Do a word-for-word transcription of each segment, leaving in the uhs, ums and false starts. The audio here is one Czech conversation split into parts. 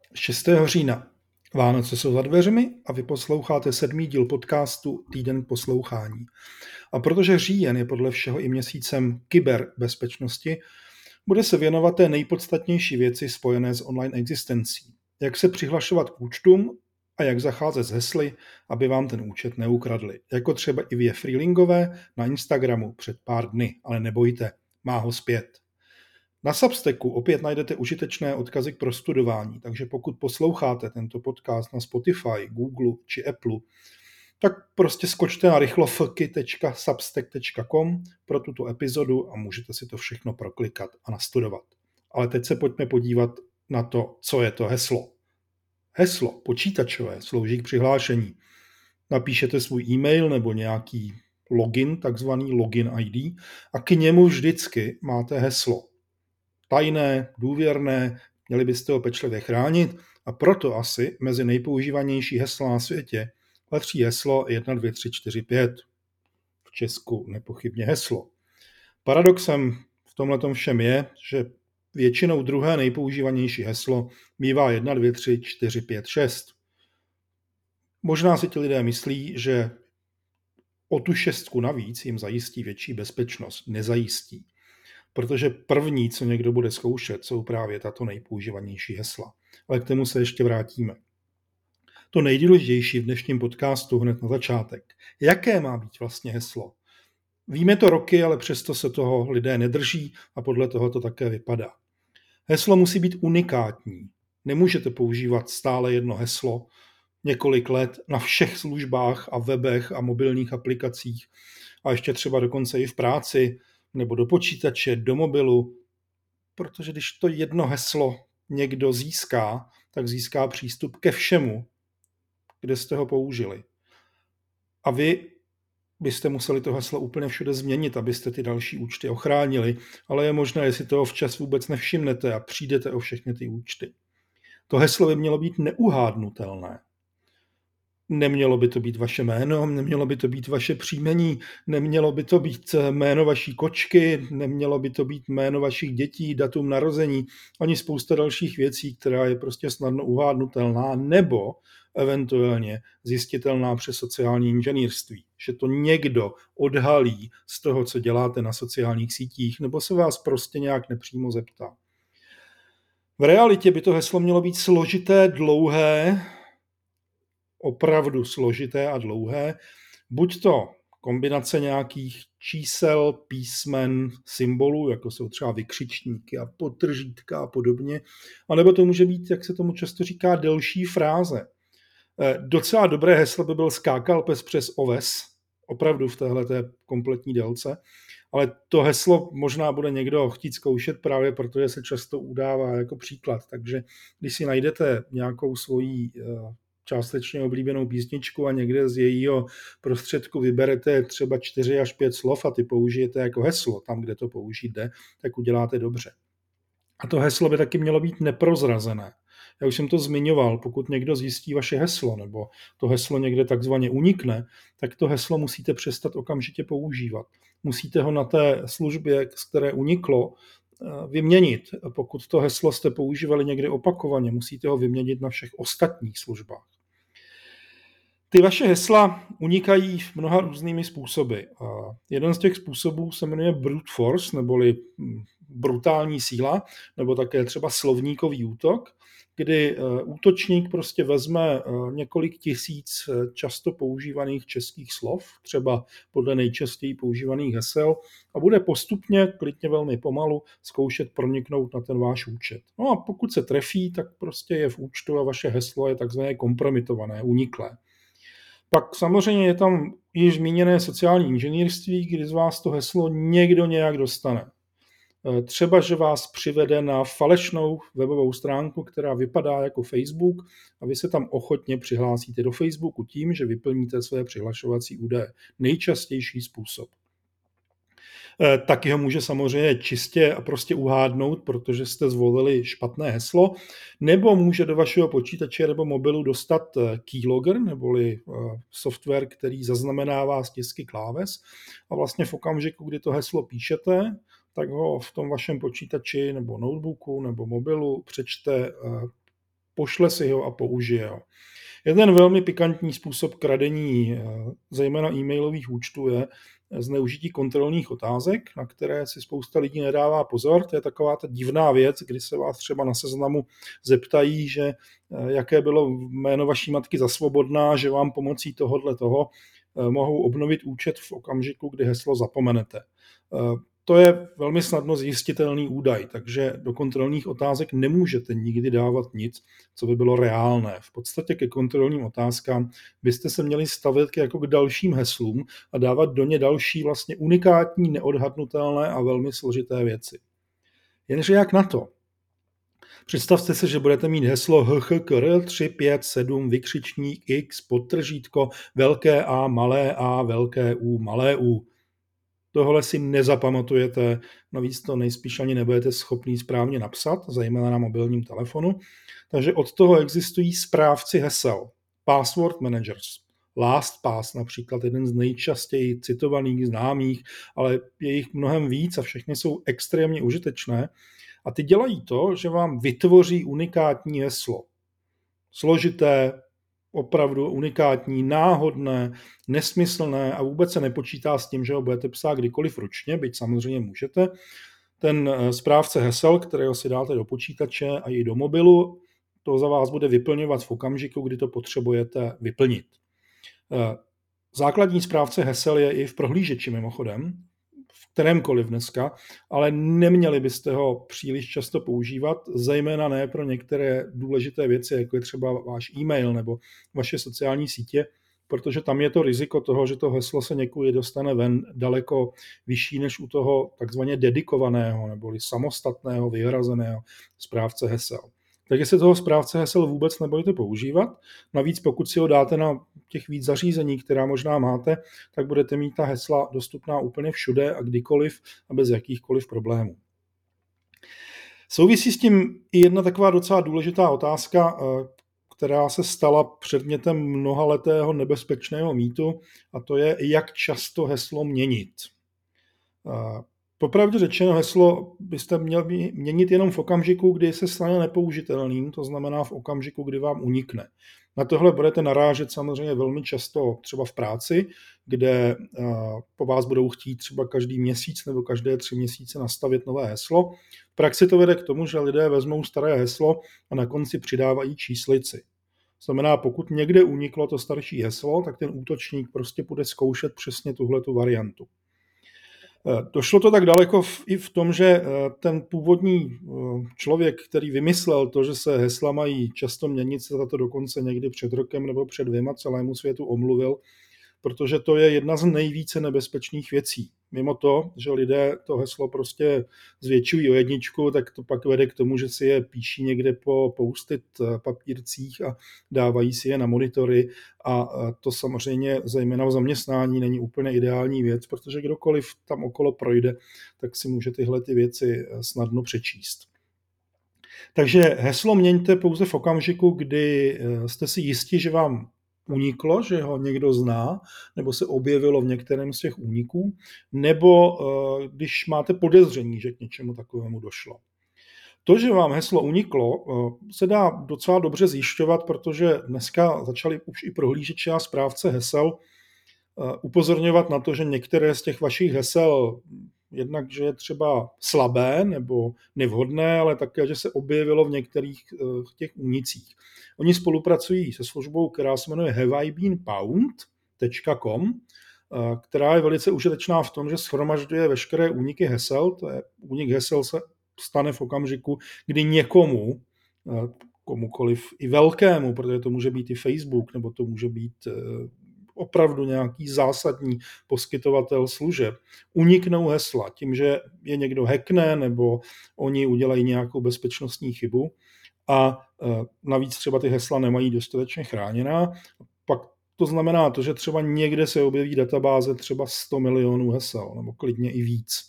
šestého října. Vánoce jsou za dveřmi a vy posloucháte sedmý díl podcastu Týden poslouchání. A protože říjen je podle všeho i měsícem kyberbezpečnosti, bude se věnovat té nejpodstatnější věci spojené s online existencí. Jak se přihlašovat k účtům a jak zacházet s hesly, aby vám ten účet neukradli. Jako třeba i vě Freelingové na Instagramu před pár dny, ale nebojte, má ho zpět. Na Substacku opět najdete užitečné odkazy k prostudování, takže pokud posloucháte tento podcast na Spotify, Google či Apple, tak prostě skočte na rychlofky tečka substack tečka com pro tuto epizodu a můžete si to všechno proklikat a nastudovat. Ale teď se pojďme podívat na to, co je to heslo. Heslo počítačové slouží k přihlášení. Napíšete svůj e-mail nebo nějaký login, takzvaný login I D, a k němu vždycky máte heslo. Tajné, důvěrné, měli byste ho pečlivě chránit a proto asi mezi nejpoužívanější hesla na světě patří heslo jedna, dva, tři, čtyři, pět. V Česku nepochybně heslo. Paradoxem v tomhletom všem je, že většinou druhé nejpoužívanější heslo bývá jedna, dva, tři, čtyři, pět, šest. Možná si ti lidé myslí, že o tu šestku navíc jim zajistí větší bezpečnost. Nezajistí. Protože první, co někdo bude zkoušet, jsou právě tato nejpoužívanější hesla. Ale k tomu se ještě vrátíme. To nejdůležitější v dnešním podcastu hned na začátek. Jaké má být vlastně heslo? Víme to roky, ale přesto se toho lidé nedrží a podle toho to také vypadá. Heslo musí být unikátní. Nemůžete používat stále jedno heslo několik let na všech službách a webech a mobilních aplikacích a ještě třeba dokonce i v práci nebo do počítače, do mobilu, protože když to jedno heslo někdo získá, tak získá přístup ke všemu, kde jste ho použili. A vy byste museli to heslo úplně všude změnit, abyste ty další účty ochránili, ale je možné, jestli toho včas vůbec nevšimnete a přijdete o všechny ty účty. To heslo by mělo být neuhádnutelné. Nemělo by to být vaše jméno, nemělo by to být vaše příjmení, nemělo by to být jméno vaší kočky, nemělo by to být jméno vašich dětí, datum narození, ani spousta dalších věcí, která je prostě snadno uhádnutelná, nebo eventuálně zjistitelná přes sociální inženýrství. Že to někdo odhalí z toho, co děláte na sociálních sítích, nebo se vás prostě nějak nepřímo zeptá. V realitě by to heslo mělo být složité, dlouhé, opravdu složité a dlouhé, buď to kombinace nějakých čísel, písmen, symbolů, jako jsou třeba vykřičníky a podtržítka a podobně, anebo to může být, jak se tomu často říká, delší fráze. Docela dobré heslo by byl skákal pes přes oves, opravdu v téhleté kompletní délce, ale to heslo možná bude někdo chtít zkoušet právě protože se často udává jako příklad, takže když si najdete nějakou svoji částečně oblíbenou písničku a někde z jejího prostředku vyberete třeba čtyři až pět slov a ty použijete jako heslo tam, kde to použít jde, tak uděláte dobře. A to heslo by taky mělo být neprozrazené. Já už jsem to zmiňoval, pokud někdo zjistí vaše heslo nebo to heslo někde takzvaně unikne, tak to heslo musíte přestat okamžitě používat. Musíte ho na té službě, z které uniklo, vyměnit. Pokud to heslo jste používali někdy opakovaně, musíte ho vyměnit na všech ostatních službách. Ty vaše hesla unikají mnoha různými způsoby. A jeden z těch způsobů se jmenuje brute force, neboli brutální síla, nebo také třeba slovníkový útok, kdy útočník prostě vezme několik tisíc často používaných českých slov, třeba podle nejčastěji používaných hesel, a bude postupně, klidně velmi pomalu, zkoušet proniknout na ten váš účet. No a pokud se trefí, tak prostě je v účtu a vaše heslo je takzvané kompromitované, uniklé. Pak samozřejmě je tam již zmíněné sociální inženýrství, kdy z vás to heslo někdo nějak dostane. Třeba, že vás přivede na falešnou webovou stránku, která vypadá jako Facebook a vy se tam ochotně přihlásíte do Facebooku tím, že vyplníte své přihlašovací údaje. Nejčastější způsob. Taky ho může samozřejmě čistě a prostě uhádnout, protože jste zvolili špatné heslo, nebo může do vašeho počítače nebo mobilu dostat keylogger, neboli software, který zaznamenává stisky kláves a vlastně v okamžiku, kdy to heslo píšete, tak ho v tom vašem počítači nebo notebooku nebo mobilu přečte pošle si ho a použije ho. Jeden velmi pikantní způsob kradení zejména e-mailových účtů je zneužití kontrolních otázek, na které si spousta lidí nedává pozor. To je taková ta divná věc, kdy se vás třeba na seznamu zeptají, že jaké bylo jméno vaší matky za Svobodná, že vám pomocí tohohle toho mohou obnovit účet v okamžiku, kdy heslo zapomenete. To je velmi snadno zjistitelný údaj, takže do kontrolních otázek nemůžete nikdy dávat nic, co by bylo reálné. V podstatě ke kontrolním otázkám byste se měli stavět jako k dalším heslům a dávat do ně další vlastně unikátní, neodhadnutelné a velmi složité věci. Jenže jak na to? Představte si, že budete mít heslo H Ch K R tři pět sedm vykřičník X podtržítko velké A, malé a, velké U, malé U. Tohle si nezapamatujete, navíc to nejspíš ani nebudete schopný správně napsat, zejména na mobilním telefonu. Takže od toho existují správci hesel, password managers. LastPass například, jeden z nejčastěji citovaných, známých, ale je jich mnohem víc a všechny jsou extrémně užitečné. A ty dělají to, že vám vytvoří unikátní heslo. Složité, opravdu unikátní, náhodné, nesmyslné a vůbec se nepočítá s tím, že ho budete psát kdykoliv ručně, byť samozřejmě můžete. Ten správce hesel, kterého si dáte do počítače a i do mobilu, to za vás bude vyplňovat v okamžiku, kdy to potřebujete vyplnit. Základní správce hesel je i v prohlížeči mimochodem, v kterémkoliv dneska, ale neměli byste ho příliš často používat, zejména ne pro některé důležité věci, jako je třeba váš e-mail nebo vaše sociální sítě, protože tam je to riziko toho, že to heslo se někudy dostane ven daleko vyšší než u toho takzvaně dedikovaného neboli samostatného, vyhrazeného správce hesel. Takže se toho správce hesel vůbec nebojte používat. Navíc pokud si ho dáte na těch víc zařízení, která možná máte, tak budete mít ta hesla dostupná úplně všude a kdykoliv a bez jakýchkoliv problémů. Souvisí s tím i jedna taková docela důležitá otázka, která se stala předmětem mnohaletého nebezpečného mýtu, a to je, jak často heslo měnit. Popravdě řečeno, heslo byste měli měnit jenom v okamžiku, kdy se stane nepoužitelným, to znamená v okamžiku, kdy vám unikne. Na tohle budete narážet samozřejmě velmi často třeba v práci, kde po vás budou chtít třeba každý měsíc nebo každé tři měsíce nastavit nové heslo. V praxi to vede k tomu, že lidé vezmou staré heslo a na konci přidávají číslici. To znamená, pokud někde uniklo to starší heslo, tak ten útočník prostě bude zkoušet přesně tuhletu variantu. Došlo to tak daleko v, i v tom, že ten původní člověk, který vymyslel to, že se hesla mají často měnit, se za to dokonce někdy před rokem nebo před dvěma celému světu omluvil, protože to je jedna z nejvíce nebezpečných věcí. Mimo to, že lidé to heslo prostě zvětšují o jedničku, tak to pak vede k tomu, že si je píší někde po post-it papírcích a dávají si je na monitory a to samozřejmě zejména v zaměstnání není úplně ideální věc, protože kdokoliv tam okolo projde, tak si může tyhle ty věci snadno přečíst. Takže heslo měňte pouze v okamžiku, kdy jste si jisti, že vám uniklo, že ho někdo zná, nebo se objevilo v některém z těch úniků, nebo když máte podezření, že k něčemu takovému došlo. To, že vám heslo uniklo, se dá docela dobře zjišťovat, protože dneska začali už i prohlížeči a správce hesel upozorňovat na to, že některé z těch vašich hesel jednak, že je třeba slabé nebo nevhodné, ale také, že se objevilo v některých těch únicích. Oni spolupracují se službou, která se jmenuje have I been pwned tečka com, která je velice užitečná v tom, že shromažďuje veškeré úniky hesel. To je únik hesel se stane v okamžiku, kdy někomu, komukoliv i velkému, protože to může být i Facebook, nebo to může být opravdu nějaký zásadní poskytovatel služeb, uniknou hesla tím, že je někdo hackne nebo oni udělají nějakou bezpečnostní chybu a navíc třeba ty hesla nemají dostatečně chráněná. Pak to znamená to, že třeba někde se objeví databáze třeba sto milionů hesel nebo klidně i víc.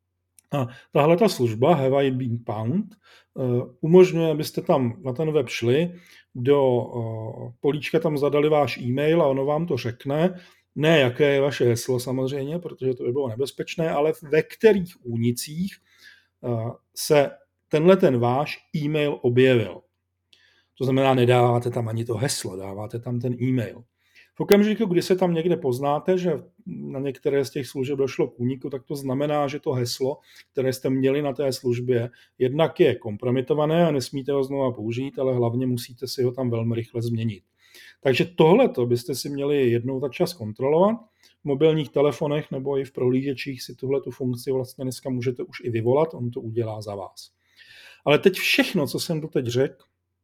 A tahle ta služba Have I been pwned umožňuje, abyste tam na ten web šli, do políčka tam zadali váš e-mail a ono vám to řekne, ne jaké je vaše heslo samozřejmě, protože to by bylo nebezpečné, ale ve kterých únicích se tenhle ten váš e-mail objevil. To znamená, nedáváte tam ani to heslo, dáváte tam ten e-mail. V okamžiku, kdy se tam někde poznáte, že na některé z těch služeb došlo k úniku, tak to znamená, že to heslo, které jste měli na té službě, jednak je kompromitované a nesmíte ho znova použít, ale hlavně musíte si ho tam velmi rychle změnit. Takže tohleto byste si měli jednou za čas kontrolovat. V mobilních telefonech nebo i v prohlížečích si tuhletu funkci vlastně dneska můžete už i vyvolat, on to udělá za vás. Ale teď všechno, co jsem doteď řekl,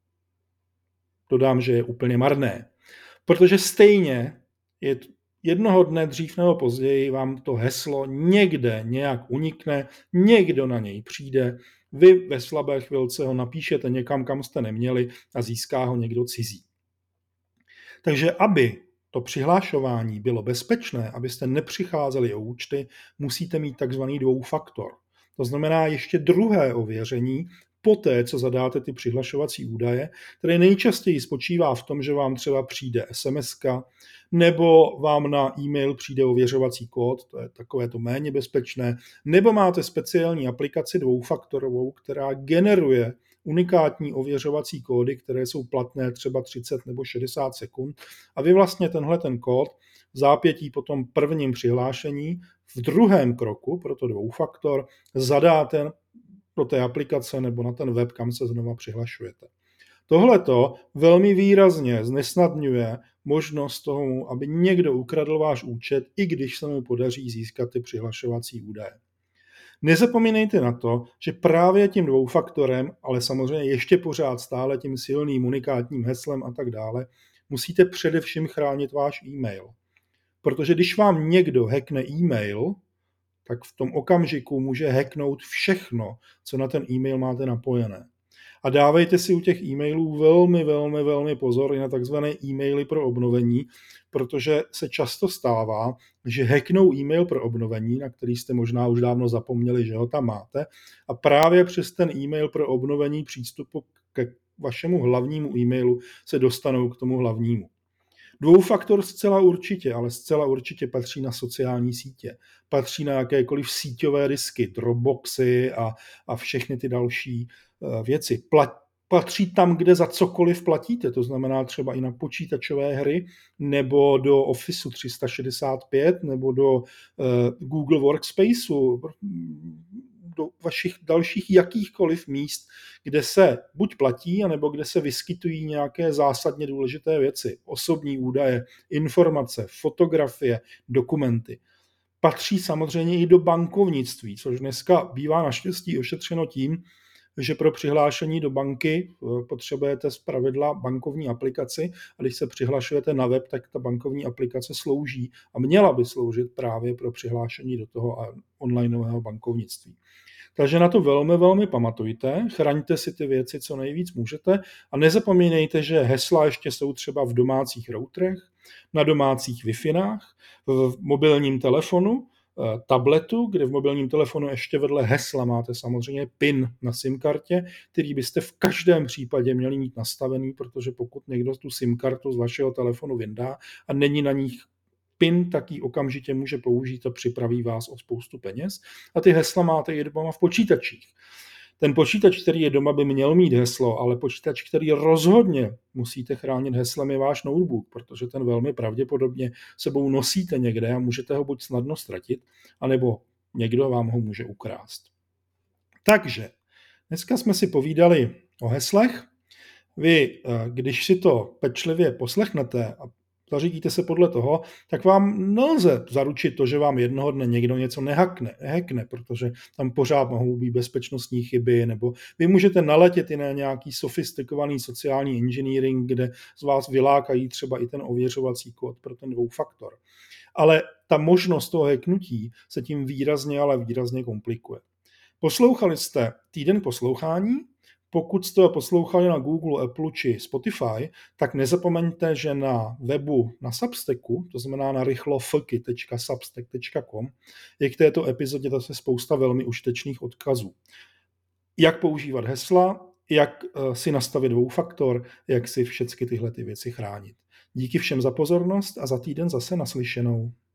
dodám, že je úplně marné. Protože stejně je jednoho dne dřív nebo později vám to heslo někde nějak unikne, někdo na něj přijde, vy ve slabé chvilce ho napíšete někam, kam jste neměli a získá ho někdo cizí. Takže aby to přihlášování bylo bezpečné, abyste nepřicházeli o účty, musíte mít takzvaný dvoufaktor. To znamená ještě druhé ověření, poté, co zadáte ty přihlašovací údaje, které nejčastěji spočívá v tom, že vám třeba přijde es em eska, nebo vám na e-mail přijde ověřovací kód, to je takové to méně bezpečné, nebo máte speciální aplikaci dvoufaktorovou, která generuje unikátní ověřovací kódy, které jsou platné třeba třicet nebo šedesát sekund a vy vlastně tenhle ten kód v zápětí po tom prvním přihlášení v druhém kroku, proto dvoufaktor, zadáte do té aplikace nebo na ten web, kam se znova přihlašujete. Tohleto velmi výrazně znesnadňuje možnost tomu, aby někdo ukradl váš účet, i když se mu podaří získat ty přihlašovací údaje. Nezapomínejte na to, že právě tím dvoufaktorem, ale samozřejmě ještě pořád stále tím silným unikátním heslem a tak dále, musíte především chránit váš e-mail. Protože když vám někdo hackne e-mail, tak v tom okamžiku může hacknout všechno, co na ten e-mail máte napojené. A dávejte si u těch e-mailů velmi, velmi, velmi pozor i na takzvané e-maily pro obnovení, protože se často stává, že hacknou e-mail pro obnovení, na který jste možná už dávno zapomněli, že ho tam máte, a právě přes ten e-mail pro obnovení přístupu k vašemu hlavnímu e-mailu se dostanou k tomu hlavnímu. Dvoufaktor zcela určitě, ale zcela určitě patří na sociální sítě. Patří na jakékoliv síťové disky, Dropboxy a, a všechny ty další uh, věci. Plat, patří tam, kde za cokoliv platíte, to znamená třeba i na počítačové hry, nebo do Office tři sta šedesát pět, nebo do uh, Google Workspaceu, do vašich dalších jakýchkoliv míst, kde se buď platí, anebo kde se vyskytují nějaké zásadně důležité věci, osobní údaje, informace, fotografie, dokumenty. Patří samozřejmě i do bankovnictví, což dneska bývá naštěstí ošetřeno tím, že pro přihlášení do banky potřebujete zpravidla bankovní aplikaci a když se přihlašujete na web, tak ta bankovní aplikace slouží a měla by sloužit právě pro přihlášení do toho onlineového bankovnictví. Takže na to velmi, velmi pamatujte, chraňte si ty věci, co nejvíc můžete a nezapomínejte, že hesla ještě jsou třeba v domácích routerech, na domácích Wi-Finách, v mobilním telefonu, tabletu, kde v mobilním telefonu ještě vedle hesla máte samozřejmě PIN na SIM kartě, který byste v každém případě měli mít nastavený, protože pokud někdo tu SIM kartu z vašeho telefonu vyndá a není na ní PIN, tak ji okamžitě může použít a připraví vás o spoustu peněz. A ty hesla máte i doma v počítačích. Ten počítač, který je doma, by měl mít heslo, ale počítač, který rozhodně musíte chránit heslem, je váš notebook, protože ten velmi pravděpodobně sebou nosíte někde a můžete ho buď snadno ztratit, anebo někdo vám ho může ukrást. Takže dneska jsme si povídali o heslech. Vy, když si to pečlivě poslechnete a zařídíte se podle toho, tak vám nelze zaručit to, že vám jednoho dne někdo něco nehackne, nehackne, protože tam pořád mohou být bezpečnostní chyby, nebo vy můžete naletět i na nějaký sofistikovaný sociální engineering, kde z vás vylákají třeba i ten ověřovací kód pro ten dvoufaktor. Ale ta možnost toho hacknutí se tím výrazně, ale výrazně komplikuje. Poslouchali jste Týden poslouchání? Pokud jste ho poslouchali na Google, Apple či Spotify, tak nezapomeňte, že na webu na Substacku, to znamená na rychlofky tečka substack tečka com, je k této epizodě zase spousta velmi užitečných odkazů. Jak používat hesla, jak si nastavit dvoufaktor, jak si všechny tyhle ty věci chránit. Díky všem za pozornost a za týden zase naslyšenou.